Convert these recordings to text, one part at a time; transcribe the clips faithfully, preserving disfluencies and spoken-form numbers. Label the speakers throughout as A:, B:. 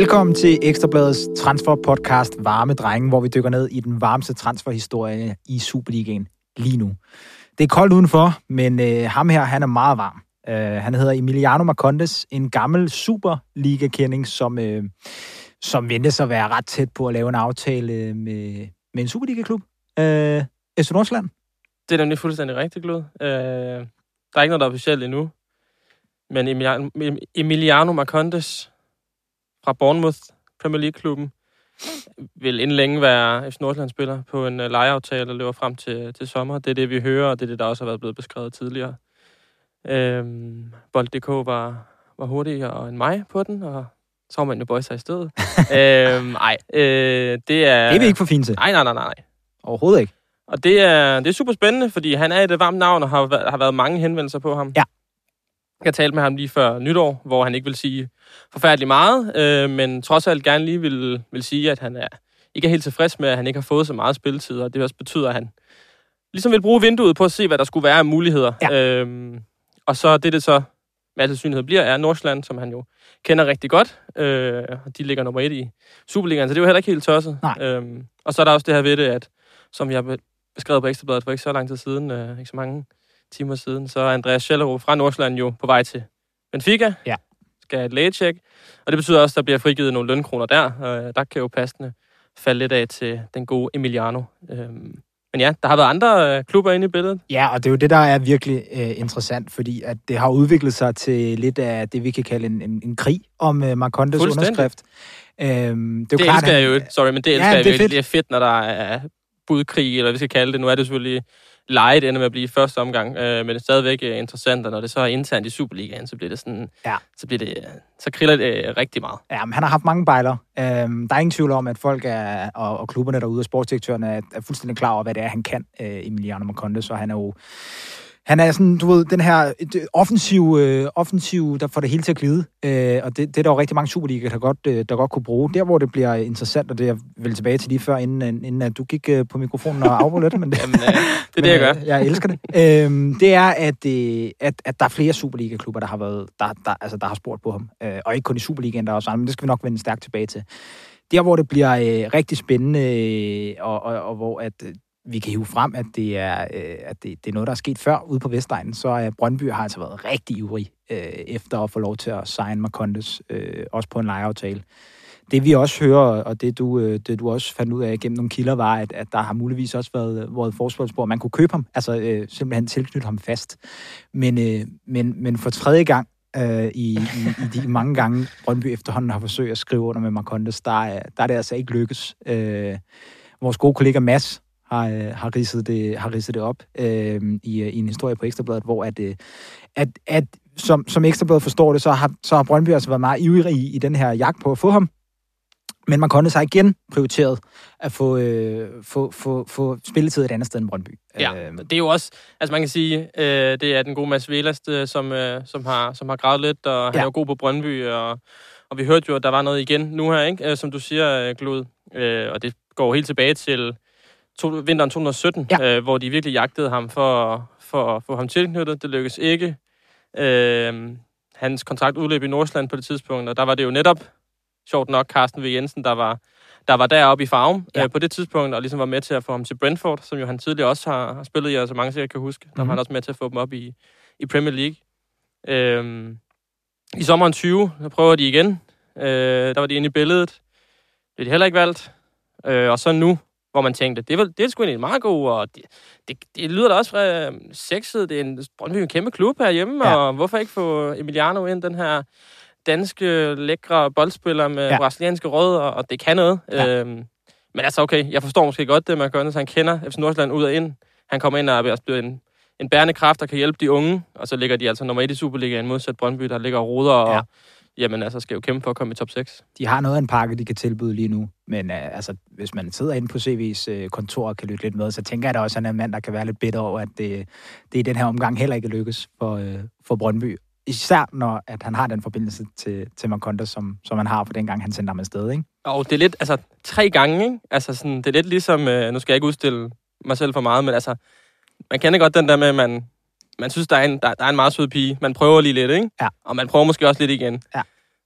A: Velkommen til Ekstrabladets transferpodcast Varme Drenge, hvor vi dykker ned i den varmeste transferhistorie i Superligaen lige nu. Det er koldt udenfor, men øh, ham her, han er meget varm. Uh, han hedder Emiliano Marcondes, en gammel Superliga-kending, som, øh, som ventes at være ret tæt på at lave en aftale med, med en Superliga-klub. Øh, F C Nordsjælland.
B: Det er nemlig fuldstændig rigtigt, Glod. Øh, der er ikke noget, der er officielt endnu. Men Emiliano, Emiliano Marcondes fra Bournemouth, Premier League-klubben, vil inden længe være F C Nordsjælland-spiller på en uh, lejeaftale, der løber frem til, til sommer. Det er det, vi hører, og det er det, der også har været blevet beskrevet tidligere. Øhm, Bold punktum d k var, var hurtigere end mig på den, og så var man jo bøje sig i stedet. øhm, ej, øh, det er... Det
A: er vi ikke for fint til.
B: Nej, nej, nej, nej.
A: Overhovedet ikke.
B: Og det er, det er super spændende, fordi han er et varmt navn, og har, har været mange henvendelser på ham.
A: Ja.
B: Jeg talte med ham lige før nytår, hvor han ikke vil sige forfærdeligt meget, øh, men trods alt gerne lige vil, vil sige, at han er, ikke er helt tilfreds med, at han ikke har fået så meget spilletid, og det også betyder, at han ligesom vil bruge vinduet på at se, hvad der skulle være af muligheder.
A: Ja.
B: Øhm, og så det, det så med al sandsynlighed bliver, er Nordsjælland, som han jo kender rigtig godt, øh, og de ligger nummer et i Superligaen, så det er jo heller ikke helt tosset. Øhm, og så er der også det her ved det, at som vi har beskrevet på Ekstrabladet for ikke så lang tid siden, øh, ikke så mange timer siden, så er Andreas Schellerup fra Nordsjælland jo på vej til Benfica.
A: Ja.
B: Skal have et lægetjek. Og det betyder også, at der bliver frigivet nogle lønkroner der. Og der kan jo passende falde lidt af til den gode Emiliano. Øhm, men ja, der har været andre øh, klubber inde i billedet.
A: Ja, og det er jo det, der er virkelig øh, interessant, fordi at det har udviklet sig til lidt af det, vi kan kalde en, en, en krig om øh, Marcondes underskrift. Øhm, det er jo
B: det
A: klart,
B: elsker han, jeg jo. Sorry, men det elsker
A: ja,
B: jeg
A: det er
B: virkelig.
A: fedt.
B: Det er fedt, når der er budkrig, eller hvad vi skal kalde det. Nu er det selvfølgelig lejet ender med at blive i første omgang, øh, men det er stadigvæk øh, interessant, og når det så er internt i Superligaen, så bliver det sådan,
A: ja.
B: så bliver det, så kriller det øh, rigtig meget.
A: Ja, men han har haft mange bejler. Øhm, der er ingen tvivl om, at folk er, og, og klubberne derude, og sportsdirektørerne er, er fuldstændig klar over, hvad det er, han kan, øh, Emiliano Marcondes, så han er jo Han er sådan, du ved, den her offensiv, øh, offensiv der får det hele til at glide. Øh, og det, det er der jo rigtig mange Superliga, der godt, øh, der godt kunne bruge. Der, hvor det bliver interessant, og det er jeg vel tilbage til lige før, inden, inden at du gik øh, på mikrofonen og afbrød lidt. Men det,
B: Jamen, øh, det er det, jeg gør.
A: Øh, jeg elsker det. Øh, det er, at, øh, at, at der er flere Superliga-klubber, der har, været, der, der, altså, der har spurgt på ham. Øh, og ikke kun i Superligaen, der er også andre, men det skal vi nok vende stærkt tilbage til. Der, hvor det bliver øh, rigtig spændende, øh, og, og, og hvor at vi kan hive frem, at det er, øh, at det, det er noget, der er sket før ude på Vestegnen, så er Brøndby har altså været rigtig ivrig øh, efter at få lov til at signe Marcondes, øh, også på en lejeaftale. Det vi også hører, og det du, øh, det du også fandt ud af gennem nogle kilder, var, at, at der har muligvis også været, været forspørgsel, at man kunne købe ham, altså øh, simpelthen tilknytte ham fast. Men, øh, men, men for tredje gang, øh, i, i, i de mange gange Brøndby efterhånden har forsøgt at skrive under med Marcondes, der er, der er det altså ikke lykkes. Øh, vores gode kollega Mads har, har, ridset, det, har ridset det op øh, i, i en historie på Ekstrabladet, hvor at, at, at som, som Ekstrabladet forstår det, så har, så har Brøndby altså været meget ivrig i, i den her jagt på at få ham. Men Marcondes har igen prioriteret at få, øh, få, få, få spilletid et andet sted end Brøndby.
B: Ja, øh, det er jo også, altså man kan sige, øh, det er den gode Mads Velast, som, øh, som, har, som har gravet lidt, og han ja. er jo god på Brøndby, og, og vi hørte jo, at der var noget igen nu her, ikke? Som du siger, Glod, øh, og det går helt tilbage til to, vinteren to tusind og sytten, ja. øh, hvor de virkelig jagtede ham for, for at få ham tilknyttet. Det lykkedes ikke. Øh, hans kontrakt udløb i Nordsjælland på det tidspunkt, og der var det jo netop sjovt nok Carsten V. Jensen, der var, der var deroppe i Farum ja. øh, på det tidspunkt, og ligesom var med til at få ham til Brentford, som jo han tidligere også har, har spillet i, og så mange sikkert kan huske. Der var mm-hmm. han også med til at få dem op i, i Premier League. Øh, I sommeren tyve, der prøver de igen. Øh, der var de inde i billedet. Det er de heller ikke valgt. Øh, og så nu, hvor man tænkte, det er, det er sgu egentlig meget god, og det, det, det lyder da også fra sexet. Det er en, Brøndby en kæmpe klub herhjemme, ja. og hvorfor ikke få Emiliano ind, den her danske, lækre boldspiller med ja. brasilianske rødder, og det kan noget. Ja. Øhm, men altså okay, jeg forstår måske godt det, man gør, han kender F C Nordsjælland ud og ind. Han kommer ind og er også blevet en, en bærende kraft, der kan hjælpe de unge, og så ligger de altså nummer et i Superligaen, modsat Brøndby, der ligger og roder, og ja. jamen altså skal jo kæmpe for at komme i top seks.
A: De har noget af en pakke, de kan tilbyde lige nu, men uh, altså, hvis man sidder inde på C V's uh, kontor og kan lytte lidt med, så tænker jeg da også, at han er en mand, der kan være lidt bitter over, at det, det i den her omgang heller ikke lykkes for, uh, for Brøndby. Især når at han har den forbindelse til, til Marcondes, som, som han har for den gang, han sendte ham afsted, ikke?
B: Og det er lidt, altså tre gange, ikke? Altså sådan, det er lidt ligesom, øh, nu skal jeg ikke udstille mig selv for meget, men altså, man kender godt den der med, at man, man synes, der er, en, der, der er en meget sød pige. Man prøver lige lidt, ikke?
A: Ja.
B: Og man prøver måske også lidt igen.
A: Ja.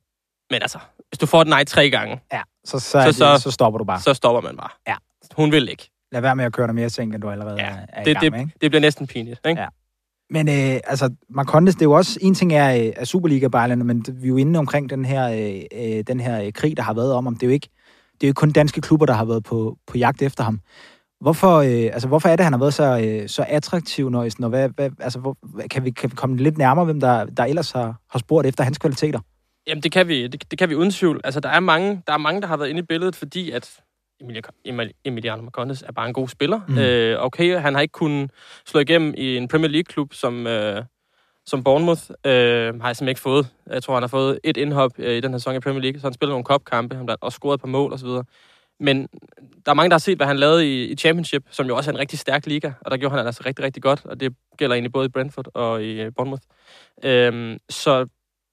B: Men altså, hvis du får et nej tre gange,
A: ja, så, så, så, det, så, så stopper du bare.
B: Så stopper man bare.
A: Ja.
B: Hun vil ikke.
A: Lad være med at køre dig mere seng, end du allerede ja, er i
B: det,
A: gang med, ikke?
B: Det, det bliver næsten pinligt, ikke? Ja.
A: Men øh, altså, Marcondes, det er jo også, en ting er, øh, er Superliga-bejlerne, men vi er jo inde omkring den her, øh, den her krig, der har været om ham. Det er jo ikke, det er jo ikke kun danske klubber, der har været på, på jagt efter ham. Hvorfor, øh, altså, hvorfor er det, han har været så, øh, så attraktiv, Nøjsen? Og hvad, hvad, altså, hvor, kan, vi, kan vi komme lidt nærmere, hvem der, der ellers har, har spurgt efter hans kvaliteter?
B: Jamen, det kan vi, det, det kan vi uden tvivl. Altså, der er, mange, der er mange, der har været inde i billedet, fordi at Emiliano Marcondes er bare en god spiller. Mm. Øh, okay, han har ikke kunnet slå igennem i en Premier League-klub som, øh, som Bournemouth. Øh, har jeg simpelthen ikke fået. Jeg tror, han har fået et indhop øh, i den her sæson i Premier League, så han spiller nogle cup-kampe, han har også scoret et par mål osv. Men der er mange, der har set, hvad han lavede i, i Championship, som jo også er en rigtig stærk liga, og der gjorde han altså rigtig, rigtig godt, og det gælder egentlig både i Brentford og i Bournemouth. Øh, så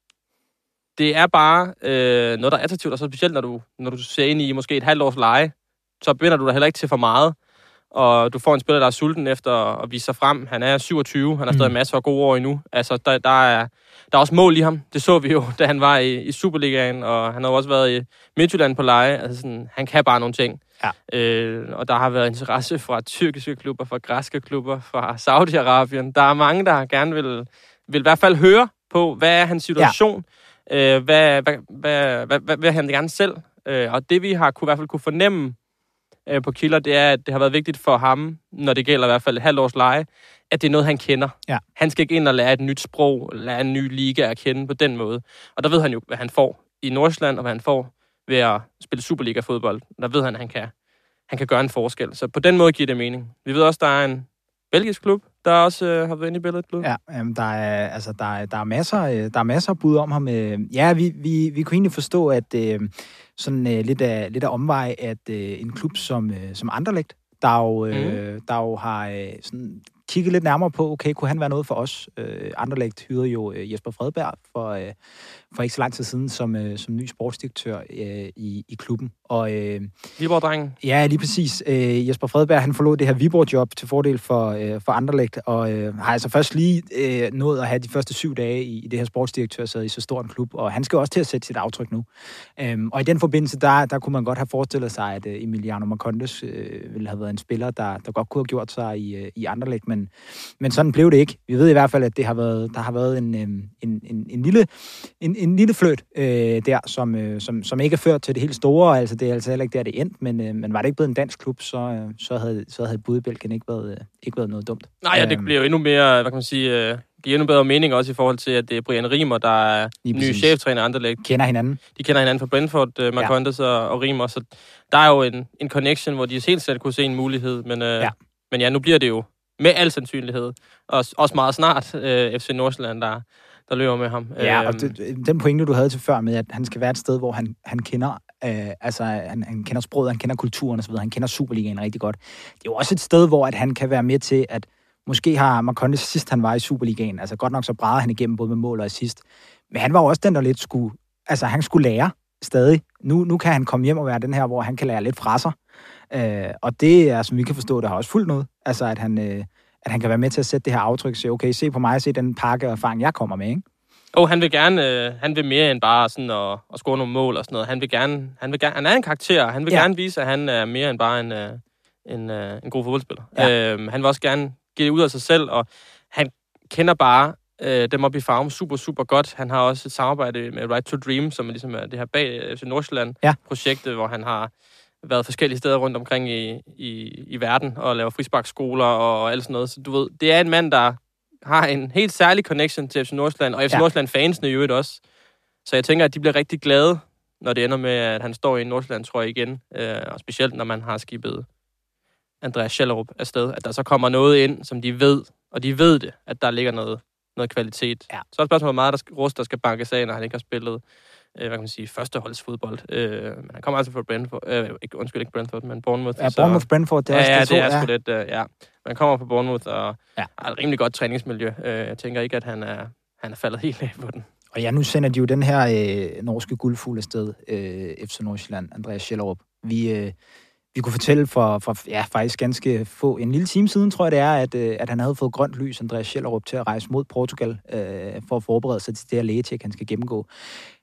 B: det er bare øh, noget, der er attraktivt, og så specielt, når du, når du ser ind i måske et halvt års leje, så binder du dig heller ikke til for meget, og du får en spiller, der er sulten efter at vise sig frem. Han er syvogtyve, han har stadig mm. masser af gode år endnu. Altså, der, der, er, der er også mål i ham. Det så vi jo, da han var i, i Superligaen, og han har også været i Midtjylland på leje. Altså, sådan, han kan bare nogle ting. Ja. Øh, og der har været interesse fra tyrkiske klubber, fra græske klubber, fra Saudi-Arabien. Der er mange, der gerne vil, vil i hvert fald høre på, hvad er hans situation, ja. øh, hvad, hvad, hvad, hvad, hvad vil han gerne selv. Øh, og det vi har kunne, i hvert fald kunne fornemme øh, på kilder, det er, at det har været vigtigt for ham, når det gælder i hvert fald et halvt års leje, at det er noget, han kender. Ja. Han skal ikke ind og lære et nyt sprog, lære en ny liga at kende på den måde. Og der ved han jo, hvad han får i Nordsjælland, og hvad han får ved at spille Superliga-fodbold. Der ved han, at han kan, han kan gøre en forskel. Så på den måde giver det mening. Vi ved også, der er en belgisk klub, der også øh, har været inde i billedet. Klub.
A: Ja, jamen, der er altså der er, der er masser der er masser af bud om ham. Ja, vi vi vi kunne egentlig forstå, at øh, sådan øh, lidt af lidt af omvej, at øh, en klub som øh, som Anderlecht, der jo øh, mm. der jo har øh, sådan kigget lidt nærmere på, okay, kunne han være noget for os? Øh, Anderlecht hyrede jo øh, Jesper Fredberg for øh, for ikke så lang tid siden som øh, som ny sportsdirektør øh, i i klubben. Og øh,
B: Viborg-drengen.
A: Ja, lige præcis. Øh, Jesper Fredberg, han forlod det her Viborg-job til fordel for øh, for Anderlecht, og øh, har altså først lige øh, nået at have de første syv dage i, i det her sportsdirektørsæde i så stor en klub, og han skal også til at sætte sit aftryk nu. Øhm, og i den forbindelse, der, der kunne man godt have forestillet sig, at øh, Emiliano Marcondes øh, ville have været en spiller, der, der godt kunne have gjort sig i, øh, i Anderlecht, men, men sådan blev det ikke. Vi ved i hvert fald, at det har været, der har været en, øh, en, en, en lille en, en lille fløjt øh, der, som, øh, som, som ikke er ført til det helt store, altså det er altså heller ikke der, det endte, men, øh, men var det ikke blevet en dansk klub, så, øh, så havde, så havde bud i Belgien ikke været, øh, ikke været noget dumt.
B: Nej, ja, det bliver jo endnu mere, hvad kan man sige, øh, giver endnu bedre mening også i forhold til, at det er Brian Riemer, der er ny cheftræner af Anderlecht.
A: Kender hinanden.
B: De kender hinanden fra Brentford, øh, Marcondes ja. og, og Riemer, så der er jo en, en connection, hvor de helt selv kunne se en mulighed, men, øh, ja. men ja, nu bliver det jo med al sandsynlighed, og også meget snart øh, F C Nordsjælland, der der løber med ham.
A: Ja, og det, den pointe, du havde til før med, at han skal være et sted, hvor han, han kender øh, altså, han, han kender sproget, han kender kulturen osv., han kender Superligaen rigtig godt. Det er jo også et sted, hvor at han kan være med til, at måske har Marcondes sidst han var i Superligaen, altså godt nok så brædede han igennem både med mål og assist, men han var jo også den, der lidt skulle, altså han skulle lære stadig. Nu, nu kan han komme hjem og være den her, hvor han kan lære lidt fra sig, øh, og det er, som vi kan forstå, der har også fuldt noget, altså at han... Øh, at han kan være med til at sætte det her aftryk, så okay, se på mig, se den pakke og erfaring, jeg kommer med, ikke?
B: Og han vil gerne, øh, han vil mere end bare sådan at, at score nogle mål og sådan noget. Han vil gerne, han vil gerne, han er en karakter, han vil ja. gerne vise, at han er mere end bare en, øh, en, øh, en god fodboldspiller. Ja. Øh, han vil også gerne give det ud af sig selv, og han kender bare øh, dem op i Farum super, super godt. Han har også et samarbejde med Right to Dream, som er ligesom det her bag F C Nordsjælland-projektet, ja. hvor han har været forskellige steder rundt omkring i, i, i verden og laver frisparkskoler og alt sådan noget. Så du ved, det er en mand, der har en helt særlig connection til F C Nordsjælland, og F C ja. Nordsjælland-fansene i øvrigt også. Så jeg tænker, at de bliver rigtig glade, når det ender med, at han står i en Nordsjælland-trøje igen. Øh, og specielt, når man har skibet Andreas Schellerup afsted. At der så kommer noget ind, som de ved, og de ved det, at der ligger noget, noget kvalitet. Ja. Så er det spørgsmål, hvor meget der skal, rust, der skal bankes af, når han ikke har spillet hvad kan man sige, førsteholdsfodbold. Øh, men han kommer altså fra Brentford. Øh, ikke, undskyld, ikke Brentford, men Bournemouth.
A: Ja, Bournemouth, Brentford, det er også
B: ja,
A: det,
B: det er
A: ja.
B: sgu lidt, øh, ja. Man kommer fra Bournemouth og ja. har et rimelig godt træningsmiljø. Øh, jeg tænker ikke, at han er, han er faldet helt af på den.
A: Og ja, nu sender de jo den her øh, norske guldfugl afsted, øh, F C Nordsjælland, Andreas Schellerup. Vi, øh, vi kunne fortælle for, for ja, faktisk ganske få, en lille time siden, tror jeg det er, at, øh, at han havde fået grønt lys, Andreas Schellerup, til at rejse mod Portugal, øh, for at forberede sig til det her lægetjek, han skal gennemgå.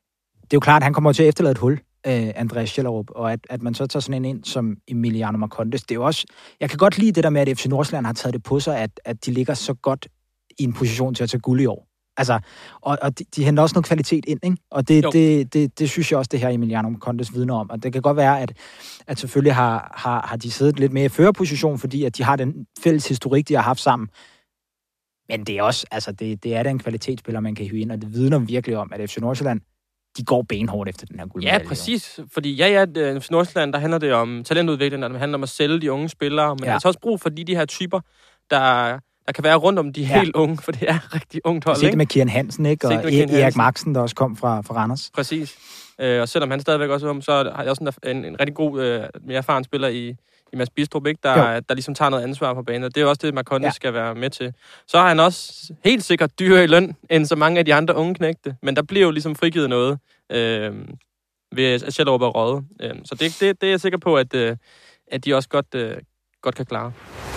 A: det er jo klart, at han kommer til at efterlade et hul, øh, Andreas Schellerup, og at, at man så tager sådan en ind som Emiliano Marcondes. Det er jo også, jeg kan godt lide det der med, at F C Nordsjælland har taget det på sig, at, at de ligger så godt i en position til at tage guld i år. Altså, og, og de, de henter også noget kvalitet ind, ikke? Og det, det, det, det synes jeg også, det her Emiliano Marcondes vidner om. Og det kan godt være, at, at selvfølgelig har, har, har de siddet lidt mere i førerposition, fordi at de har den fælles historik, de har haft sammen. Men det er også, altså, det, det er da en kvalitetsspiller, man kan hive ind, og det vidner virkelig om, at F C Nordsjælland, de går benhårdt efter den her guldmedalje.
B: Ja, præcis. Fordi ja, ja, F C Nordsjælland, der handler det om talentudvikling, der handler om at sælge de unge spillere, men ja. altså også brug for de, de her typer, der... Der kan være rundt om de ja. helt unge, for det er rigtig ungt hold, ikke?
A: Se det med Kian Hansen, ikke? Og e- Erik Maxen, der også kom fra, fra Randers.
B: Præcis. Øh, og selvom han stadigvæk også er om, så har jeg også en, en, en rigtig god, øh, mere erfaren spiller i, i Mads Bistrup, ikke? Der, der ligesom tager noget ansvar på banen, og det er også det, Marcondes ja. skal være med til. Så har han også helt sikkert dyrere i løn, end så mange af de andre unge knægte, men der bliver jo ligesom frigivet noget øh, ved at Schellerup og Røde. Øh, så det, det, det er jeg sikker på, at, øh, at de også godt, øh, godt kan klare.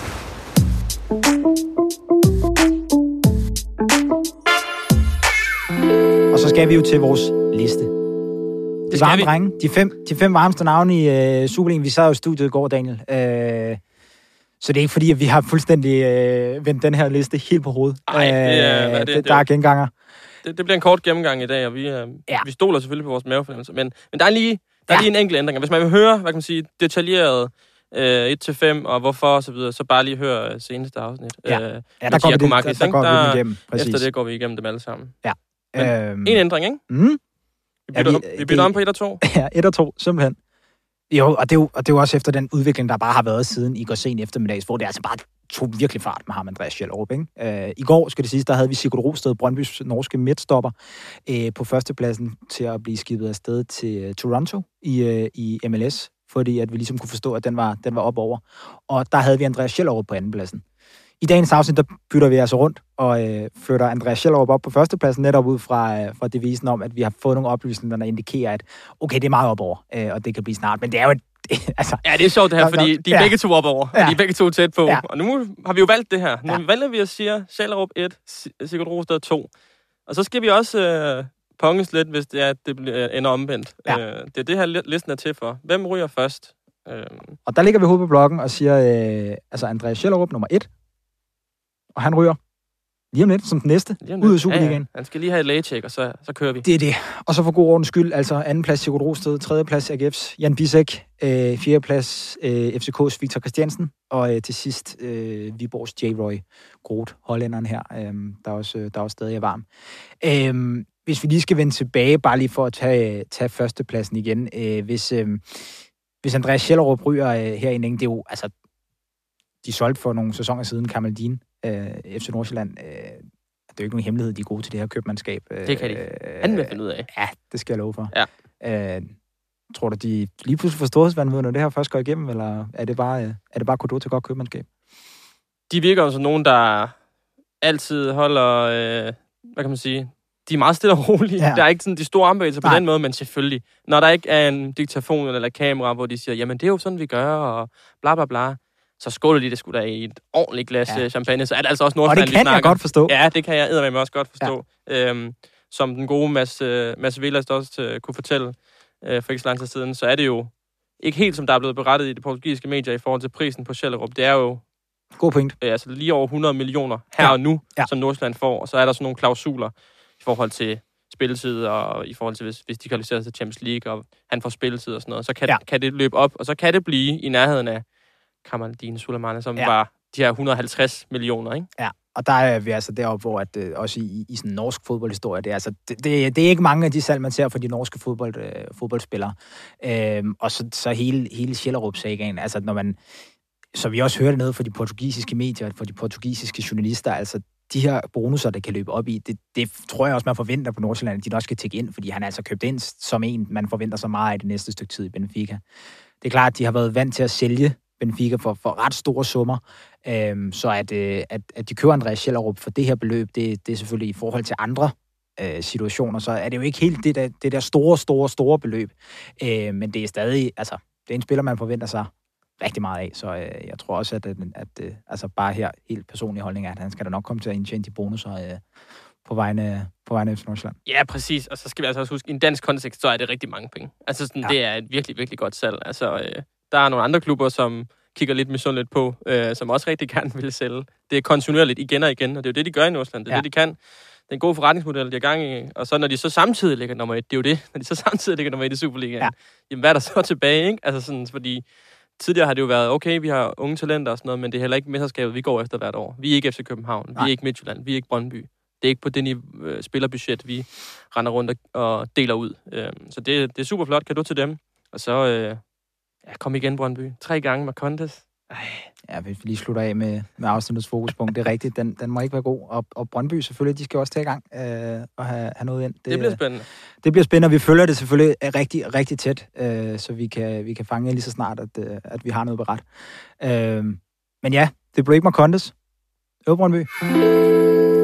A: Og så skal vi jo til vores liste.
B: Det skal vi.
A: Drenge. De fem, de fem varmeste navne i øh, Superligaen. Vi sad jo i studiet i går, Daniel. Øh, så det er ikke fordi, at vi har fuldstændig øh, vendt den her liste helt på hovedet.
B: Nej, det er... Øh, det, det,
A: der er genganger.
B: Det, det bliver en kort gennemgang i dag, og vi, øh, ja. vi stoler selvfølgelig på vores mavefornemmelse. Men, men der er lige, der er ja. lige en enkelt ændring. Hvis man vil høre, hvad kan man sige, detaljeret øh, et til fem, og hvorfor og så videre, så bare lige hør seneste afsnit.
A: Ja,
B: øh,
A: ja der, går vi, det, der, der går vi dem igennem. Præcis.
B: Efter det går vi igennem dem alle sammen.
A: Ja.
B: Men, øhm, en ændring, ikke?
A: Mm.
B: Vi bytter, ja, vi, vi bytter det, om på et og to.
A: Ja, et og to, simpelthen. Jo, og det, er jo, og det er jo også efter den udvikling, der bare har været siden i går sent eftermiddags, hvor det altså bare tog virkelig fart med ham, Andreas Schellerup, ikke? Øh, I går, skal det siges, der havde vi Sigurd Rosted, Brøndbys norske midtstopper, øh, på førstepladsen til at blive skibet afsted til uh, Toronto i, uh, i M L S, fordi at vi ligesom kunne forstå, at den var, den var op over. Og der havde vi Andreas Schellerup på andenpladsen. I dagens afsnit, der bytter vi altså rundt og øh, flytter Andreas Schellerup op på førstepladsen, netop ud fra, øh, fra devisen om, at vi har fået nogle oplysninger, der indikerer, at okay, det er meget op over, øh, og det kan blive snart. Men det er jo et, altså...
B: Ja, det er sjovt det her, fordi de er ja. begge to op over, ja. og de er begge to tæt på. Ja. Og nu har vi jo valgt det her. Nu ja. valgte vi at sige Schellerup et, Sigurd Rosted to. Og så skal vi også øh, ponges lidt, hvis det er, at det ender omvendt. Ja. Øh, det er det her, listen er til for. Hvem ryger først? Øh...
A: Og der ligger vi hovedet på blokken og siger, øh, altså Andreas Schellerup nummer et. Og han ryger lige om lidt, som den næste, ud af Superligaen. Ja, ja.
B: Han skal lige have et lægecheck, og så, så kører vi.
A: Det er det. Og så for god ordens skyld, altså anden plads Sigurd Rosted, tredje plads A G F's Jan Bisek, øh, fjerde plads øh, F C K's Victor Christiansen, og øh, til sidst øh, Viborgs J. Roy Groth, hollænderen her, øh, der, er også, der er også stadig er varm. Øh, hvis vi lige skal vende tilbage, bare lige for at tage, tage førstepladsen igen. Øh, hvis, øh, hvis Andreas Schellerup ryger øh, herinde, det er jo, altså, de solgte for nogle sæsoner siden Kamaldin, øh, F C Nordsjælland. Øh, det er jo ikke nogen hemmelighed, de er gode til det her købmandskab. Øh,
B: det kan de. Han vil finde ud af.
A: Ja, det skal jeg love for.
B: Ja.
A: Øh, tror du, de lige pludselig får storhedsvanvid, når det her først går igennem, eller er det bare, øh, er det bare kodot til godt købmandskab?
B: De virker jo som nogen, der altid holder, øh, hvad kan man sige, de er meget stille og rolige. Ja. Der er ikke sådan de store armbevægelser på Nej. den måde, men selvfølgelig, når der ikke er en diktafon eller et kamera, hvor de siger, jamen det er jo sådan, vi gør, og bla bla bla, så skåler de det sgu da i et ordentligt glas ja. champagne, så er det altså også Nordsjælland, vi snakker.
A: Og det kan jeg godt forstå.
B: Ja, det kan jeg eddermame også godt forstå. Ja. Øhm, som den gode Mads, Mads Velas også uh, kunne fortælle uh, for ikke så lang tid siden, så er det jo ikke helt, som der er blevet berettet i de portugisiske medier i forhold til prisen på Schellerup. Det er jo
A: god point.
B: Øh, altså lige over hundrede millioner her ja. og nu, ja. som Nordsjælland får, og så er der sådan nogle klausuler i forhold til spilletid, og i forhold til, hvis, hvis de kvalificerer til Champions League, og han får spilletid og sådan noget, så kan, ja. kan det løbe op, og så kan det blive i nærheden af Kamaldin Sulemane, som ja. var de her et hundrede og halvtreds millioner, ikke?
A: Ja, og der er vi altså deroppe, hvor at, øh, også i, i sådan en norsk fodboldhistorie, det er, altså, det, det, det er ikke mange af de salg, man ser for de norske fodbold, øh, fodboldspillere. Øhm, og så, så hele, hele Schellerup-sagaen, altså når man, så vi også hørte noget fra de portugisiske medier, fra de portugisiske journalister, altså de her bonusser, der kan løbe op i, det, det tror jeg også, man forventer på Nordsjælland, at de også skal tække ind, fordi han er altså købt ind som en, man forventer så meget af det næste stykke tid i Benfica. Det er klart, at de har været vant til at sælge Benfica for, for ret store summer, øhm, så at, øh, at, at de køber Andreas Schellerup for det her beløb, det, det er selvfølgelig i forhold til andre øh, situationer, så er det jo ikke helt det der, det der store, store, store beløb, øh, men det er stadig, altså, det er en spiller, man forventer sig rigtig meget af, så øh, jeg tror også, at, at, at øh, altså bare her helt personlig holdning er, at han skal da nok komme til at indtjene de bonusser øh, på vegne, på vegne af F C Nordsjælland.
B: Ja, præcis. Og så skal vi altså også huske, i en dansk kontekst, så er det rigtig mange penge. Altså, sådan, ja. Det er et virkelig, virkelig godt salg. Altså, øh, der er nogle andre klubber, som kigger lidt misundeligt på, øh, som også rigtig gerne vil sælge. Det er kontinuerligt igen og igen, og det er jo det, de gør i Nordsjælland. Det er ja. det, de kan. Det er en god forretningsmodel, de er gang i. Og så når de så samtidig ligger nummer et, det er jo det, når de så samtidig ligger nummer et i Superligaen, ja. Jamen hvad er der så tilbage, ikke? Altså sådan, fordi tidligere har det jo været, okay, vi har unge talenter og sådan noget, men det er heller ikke mesterskabet, vi går efter hvert år. Vi er ikke F C København, Nej. vi er ikke Midtjylland, vi er ikke Brøndby. Det er ikke på det niveau, øh, spillerbudget, vi render rundt og, og deler ud. Øh, så det, det er super flot, kan du til dem. Og så, øh, ja, kom igen Brøndby. Tre gange Marcondes.
A: Ja, hvis vi lige slutter af med, med afsnittets fokuspunkt, det er rigtigt, den, den må ikke være god. Og, og Brøndby selvfølgelig, de skal også tage i gang øh, og have, have noget ind. Det,
B: det bliver spændende.
A: Det bliver spændende, og vi følger det selvfølgelig rigtig, rigtig tæt, øh, så vi kan, vi kan fange lige så snart, at, øh, at vi har noget beret. Øh, men ja, det blev ikke Marcondes. Øv Brøndby.